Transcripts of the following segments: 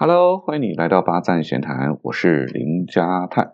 Hello，欢迎你来到八站闲谈，我是林家泰。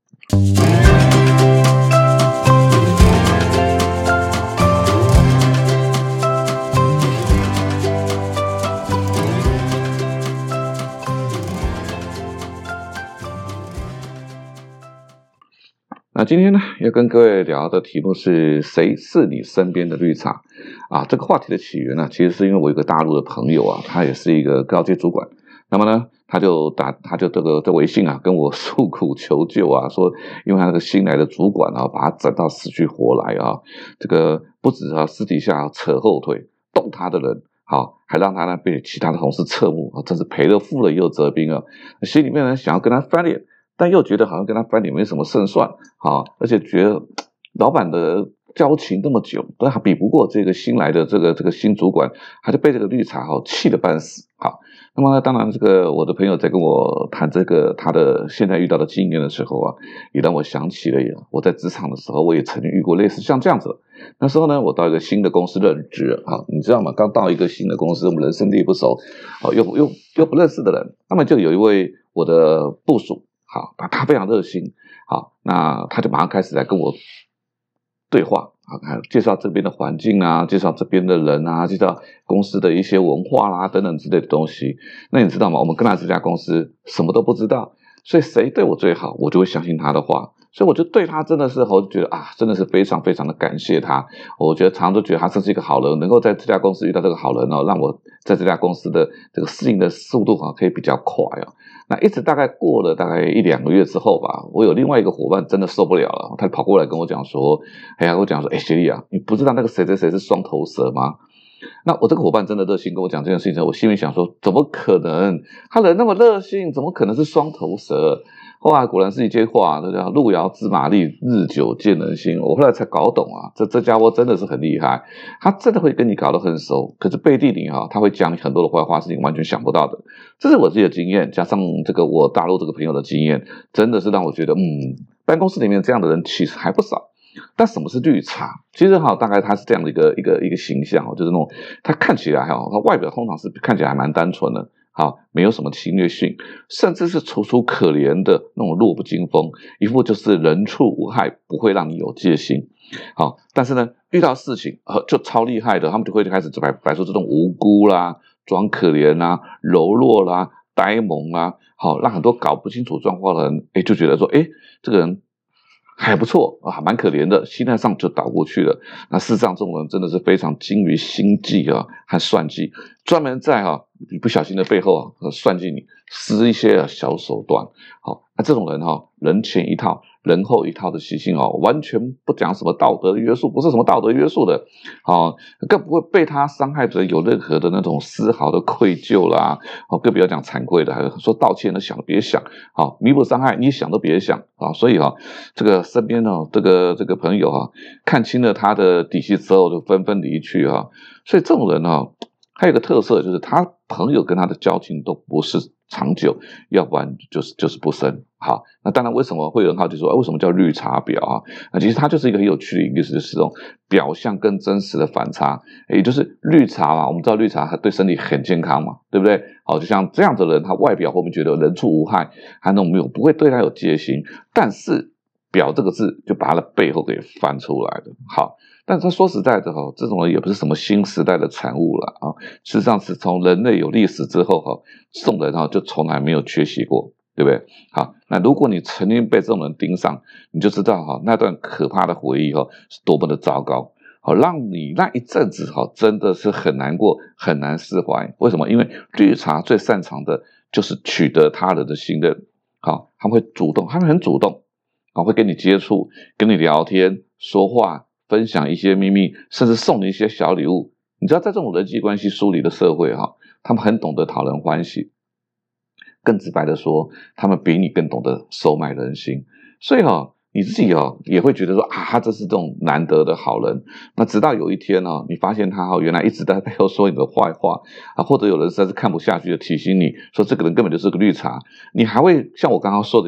那今天呢，要跟各位聊的题目是谁是你身边的绿茶啊？这个话题的起源呢，其实是因为我有个大陆的朋友啊，他也是一个高阶主管，那么呢，他就这个在微信啊跟我诉苦求救啊，说因为他那个新来的主管啊，把他整到死去活来啊，这个不止啊私底下扯后腿动他的人。好，还让他呢被其他的同事侧目啊，真是赔了夫了又折兵啊！心里面呢想要跟他翻脸，但又觉得好像跟他翻脸没什么胜算啊，而且觉得老板的交情那么久，但他比不过这个新来的这个新主管，他就被这个绿茶气得半死啊。那么当然，这个我的朋友在跟我谈这个他的现在遇到的经验的时候啊，也让我想起了我在职场的时候，我也曾经遇过类似像这样子。那时候呢，我到一个新的公司任职啊，你知道吗？刚到一个新的公司，我们人生地不熟，又不认识的人，那么就有一位我的部属，好，他非常热心，好，那他就马上开始来跟我对话啊，介绍这边的环境啊，介绍这边的人啊，介绍公司的一些文化啦等等之类的东西。那你知道吗？我们跟他这家公司什么都不知道，所以谁对我最好，我就会相信他的话。所以我就对他真的是，我就觉得啊，真的是非常非常的感谢他。我觉得常常都觉得他真是一个好人，能够在这家公司遇到这个好人哦，让我在这家公司的这个适应的速度可以比较快哦。那一直大概过了大概1-2个月之后吧，我有另外一个伙伴真的受不了了，他跑过来跟我讲说，协力啊，你不知道那个谁谁谁是双头蛇吗？那我这个伙伴真的热心跟我讲这件事情，我心里想说，怎么可能？他人那么热心，怎么可能是双头蛇？后来果然是一句话，这叫路遥知马力，日久见人心。我后来才搞懂啊，这家伙真的是很厉害，他真的会跟你搞得很熟，可是背地里他会讲你很多的坏话，是你完全想不到的。这是我自己的经验，加上这个我大陆这个朋友的经验，真的是让我觉得，办公室里面这样的人其实还不少。但什么是绿茶？其实大概他是这样的一个形象，就是那种他看起来他外表通常是看起来还蛮单纯的，没有什么侵略性，甚至是楚楚可怜的那种弱不禁风，一副就是人畜无害，不会让你有戒心。好，但是呢，遇到事情就超厉害的，他们就会开始摆出这种无辜啦、装可怜啦、柔弱啦、呆萌啦，好，让很多搞不清楚状况的人，就觉得说，这个人还不错啊，蛮可怜的，心态上就倒过去了。那事实上，这种人真的是非常精于心计和算计，专门在你不小心的背后算计你，施一些小手段。好，那这种人人前一套，人后一套的习性完全不讲什么道德约束，不是什么道德约束的，更不会被他伤害者有任何的那种丝毫的愧疚啦，更不要讲惭愧的，还说道歉的想都别想，弥补伤害你想都别想所以这个身边这个朋友看清了他的底细之后，就纷纷离去所以这种人还有一个特色，就是他朋友跟他的交情都不是长久，要不然就是不深。好，那当然为什么会有人好奇说，为什么叫绿茶婊那其实它就是一个很有趣的意思，就是这种表象跟真实的反差。也就是绿茶嘛，我们知道绿茶对身体很健康嘛，对不对？好，就像这样的人，他外表我们觉得人畜无害，他那种不会对他有戒心，但是婊这个字就把他的背后给翻出来的。好，但他说实在的这种人也不是什么新时代的产物了事实上是从人类有历史之后这种人就从来没有缺席过，对不对？好，那如果你曾经被这种人盯上，你就知道那段可怕的回忆是多么的糟糕，让你那一阵子真的是很难过，很难释怀。为什么？因为绿茶最擅长的就是取得他人的信任。好，他们会主动，他们很主动会跟你接触，跟你聊天说话，分享一些秘密，甚至送你一些小礼物。你知道在这种人际关系疏离的社会他们很懂得讨人欢喜，更直白的说，他们比你更懂得收买人心。所以你自己也会觉得说他这是这种难得的好人。那直到有一天你发现他原来一直在背后说你的坏话或者有人实在是看不下去的提醒你说这个人根本就是个绿茶，你还会像我刚刚说的一样，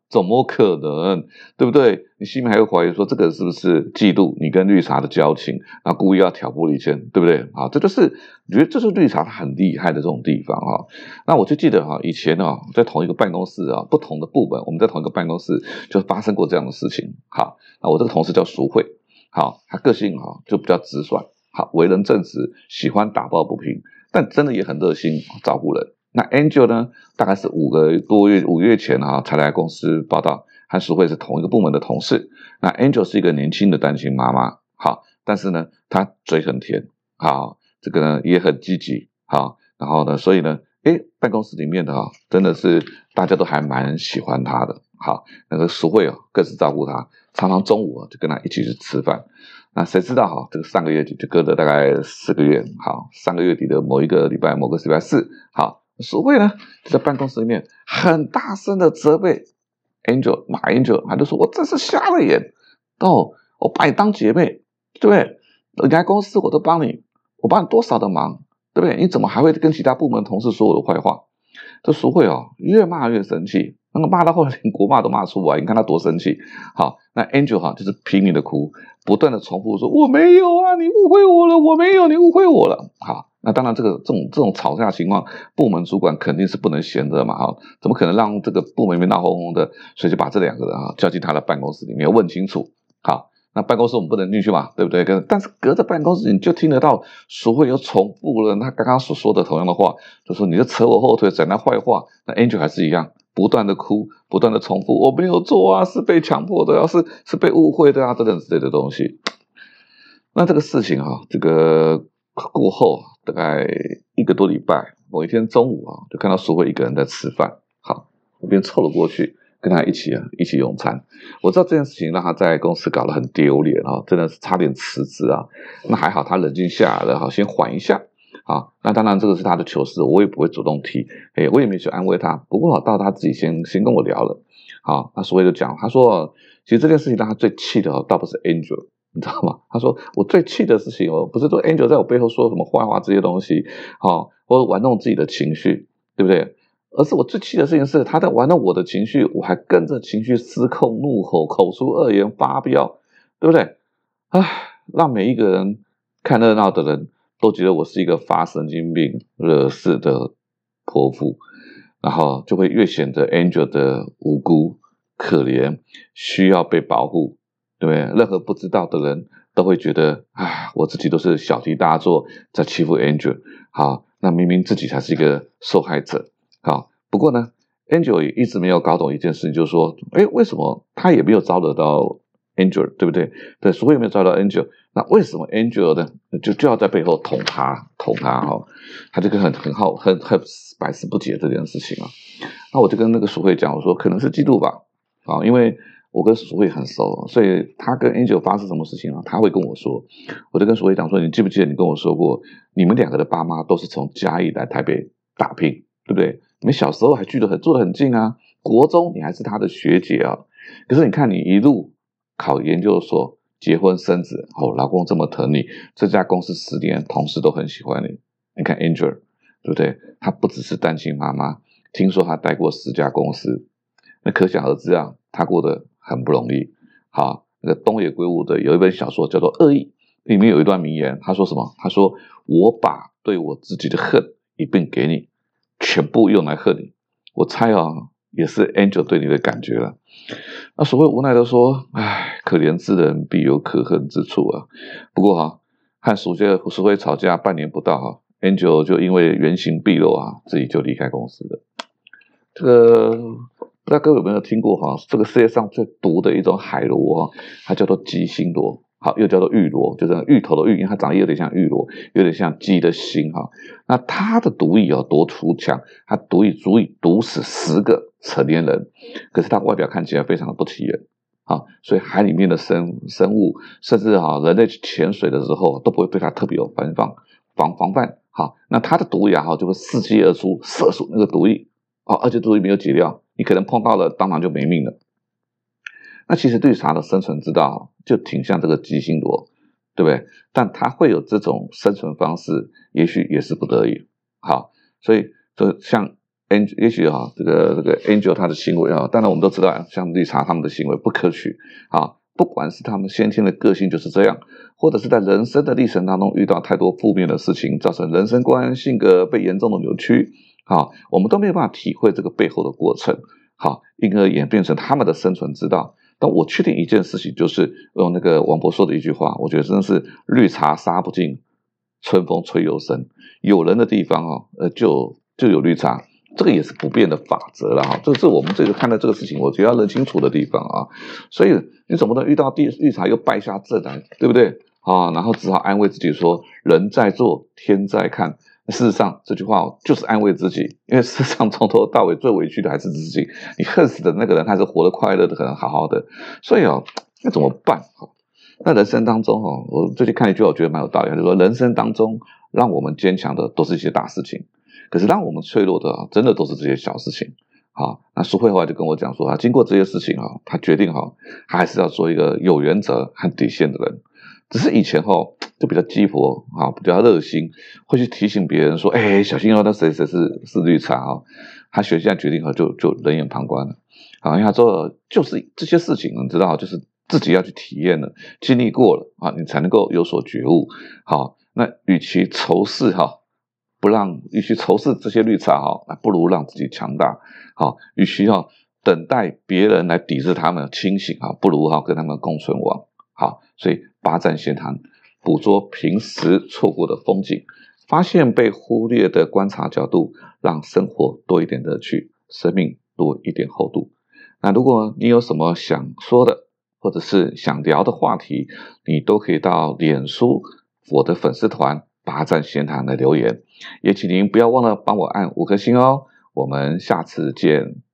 怎么可能？对不对？你心里面还会怀疑说，这个是不是嫉妒你跟绿茶的交情，然后故意要挑拨离间，对不对？啊，这就是我觉得这是绿茶它很厉害的这种地方啊。那我就记得以前在同一个办公室不同的部门，我们在同一个办公室就发生过这样的事情。好，那我这个同事叫淑慧，好，他个性就比较直率，好，为人正直，喜欢打抱不平，但真的也很热心照顾人。那 Angel 呢，大概是5个月前才来公司报道，和淑慧是同一个部门的同事。那 Angel 是一个年轻的单亲妈妈，好，但是呢，她嘴很甜，好，这个呢也很积极，好，然后呢，所以呢，办公室里面的真的是大家都还蛮喜欢她的，好，那个淑慧更是照顾她，常常中午就跟她一起去吃饭。那谁知道这个上个月底就隔了大概4个月，好，上个月底的某个礼拜四，好。淑慧呢就在办公室里面很大声的责备 Angel 骂 Angel， 他就说我真是瞎了眼我把你当姐妹，对不对？人家公司我都帮你，我帮你多少的忙，对不对？你怎么还会跟其他部门同事说我的坏话？这淑慧越骂越生气，那个骂到后来连国骂都骂出来，你看他多生气。好，那 Angel 就是拼命的哭，不断的重复说我没有啊，你误会我了，我没有，你误会我了。好，那当然这种吵架情况，部门主管肯定是不能闲的嘛，怎么可能让这个部门里面闹哄哄的？所以就把这2个人叫进他的办公室里面问清楚。好，那办公室我们不能进去嘛，对不对？但是隔着办公室你就听得到淑慧又重复了他刚刚所说的同样的话，就说你就扯我后腿，讲他坏话。那 Angel 还是一样，不断的哭，不断的重复，我没有做啊，是被强迫的，是被误会的啊，等等之类的东西。那这个事情这个过后大概1个多礼拜，某一天中午就看到淑慧一个人在吃饭，好，我便凑了过去跟他一起用餐。我知道这件事情让他在公司搞得很丢脸真的是差点辞职那还好他冷静下来了先缓一下。好，那当然这个是他的糗事，我也不会主动提，我也没去安慰他。不过到他自己先跟我聊了。好，那淑慧就讲，他说其实这件事情让他最气的倒不是 Angel， 你知道吗？他说我最气的事情不是说 Angel 在我背后说什么坏话这些东西，或者玩弄自己的情绪，对不对？而是我最气的事情是他在玩弄我的情绪，我还跟着情绪失控，怒吼，口出恶言，发飙，对不对？让每一个人看热闹的人都觉得我是一个发神经病、惹事的泼妇，然后就会越显得 Angel 的无辜、可怜，需要被保护，对不对？任何不知道的人都会觉得我自己都是小题大做，在欺负 Angel。好，那明明自己才是一个受害者。好，不过呢 ，Angel 也一直没有搞懂一件事情，就是说，为什么他也没有招惹到 Angel， 对不对？对，所以也没有招到 Angel， 那为什么 Angel 呢就要在背后捅他他这个很百思不解这件事情那我就跟那个淑慧讲，我说可能是嫉妒吧，因为我跟淑慧很熟，所以他跟 Angel 发生什么事情他会跟我说。我就跟淑慧讲说，你记不记得你跟我说过，你们2个的爸妈都是从嘉义来台北打拼，对不对？你们小时候还住得很近国中你还是他的学姐可是你看你一路考研究所，结婚生子，老公这么疼你，这家公司10年，同事都很喜欢你。你看 Angel， 对不对？她不只是单亲妈妈，听说她带过10家公司，那可想而知她过得很不容易。好，那个东野圭吾的有一本小说叫做《恶意》，里面有一段名言，他说什么？他说我把对我自己的恨一并给你，全部用来恨你。我猜也是 Angel 对你的感觉了。那所谓无奈的说，可怜之人必有可恨之处不过和淑慧吵架半年不到Angel 就因为原形毕露自己就离开公司了。这个不知道各位有没有听过这个世界上最毒的一种海螺它叫做鸡心螺，好，又叫做玉螺，就是芋头的芋，因为它长得有点像玉螺，有点像鸡的心那它的毒液多出强，它毒液足以毒死10个成年人，可是它外表看起来非常的不起眼所以海里面的生物，甚至人类去潜水的时候都不会对它特别有防范。那它的毒液就会伺机而出，射出那个毒液而且毒液没有解掉，你可能碰到了当场就没命了。那其实绿茶的生存之道就挺像这个鸡心螺，对不对？但它会有这种生存方式，也许也是不得已。好，所以就像也许这个 Angel 他的行为当然我们都知道，像绿茶他们的行为不可取不管是他们先天的个性就是这样，或者是在人生的历程当中遇到太多负面的事情，造成人生观、性格被严重的扭曲我们都没有办法体会这个背后的过程因而演变成他们的生存之道。但我确定一件事情，就是用那个王勃说的一句话，我觉得真的是绿茶杀不尽，春风吹又生。有人的地方就有绿茶，这个也是不变的法则了这是我们看待这个事情，我觉得要认清楚的地方所以你总不能遇到绿茶又败下阵来，对不对然后只好安慰自己说人在做天在看。事实上这句话就是安慰自己，因为事实上从头到尾最委屈的还是自己，你恨死的那个人还是活得快乐的，可能好好的。所以那怎么办那人生当中我最近看一句话我觉得蛮有道理，就是说人生当中让我们坚强的都是一些大事情，可是让我们脆弱的真的都是这些小事情那苏慧后来就跟我讲说经过这些事情他决定他还是要做一个有原则和底线的人。只是以前就比较鸡婆比较热心，会去提醒别人说小心那谁是绿茶他现在决定就冷眼旁观了因为他说就是这些事情你知道就是自己要去体验了，经历过了你才能够有所觉悟那与其仇视这些绿茶不如让自己强大与其等待别人来抵制他们清醒不如跟他们共存亡所以八站闲谈，捕捉平时错过的风景，发现被忽略的观察角度，让生活多一点乐趣，生命多一点厚度。那如果你有什么想说的，或者是想聊的话题，你都可以到脸书我的粉丝团八站闲谈来留言，也请您不要忘了帮我按5颗星我们下次见。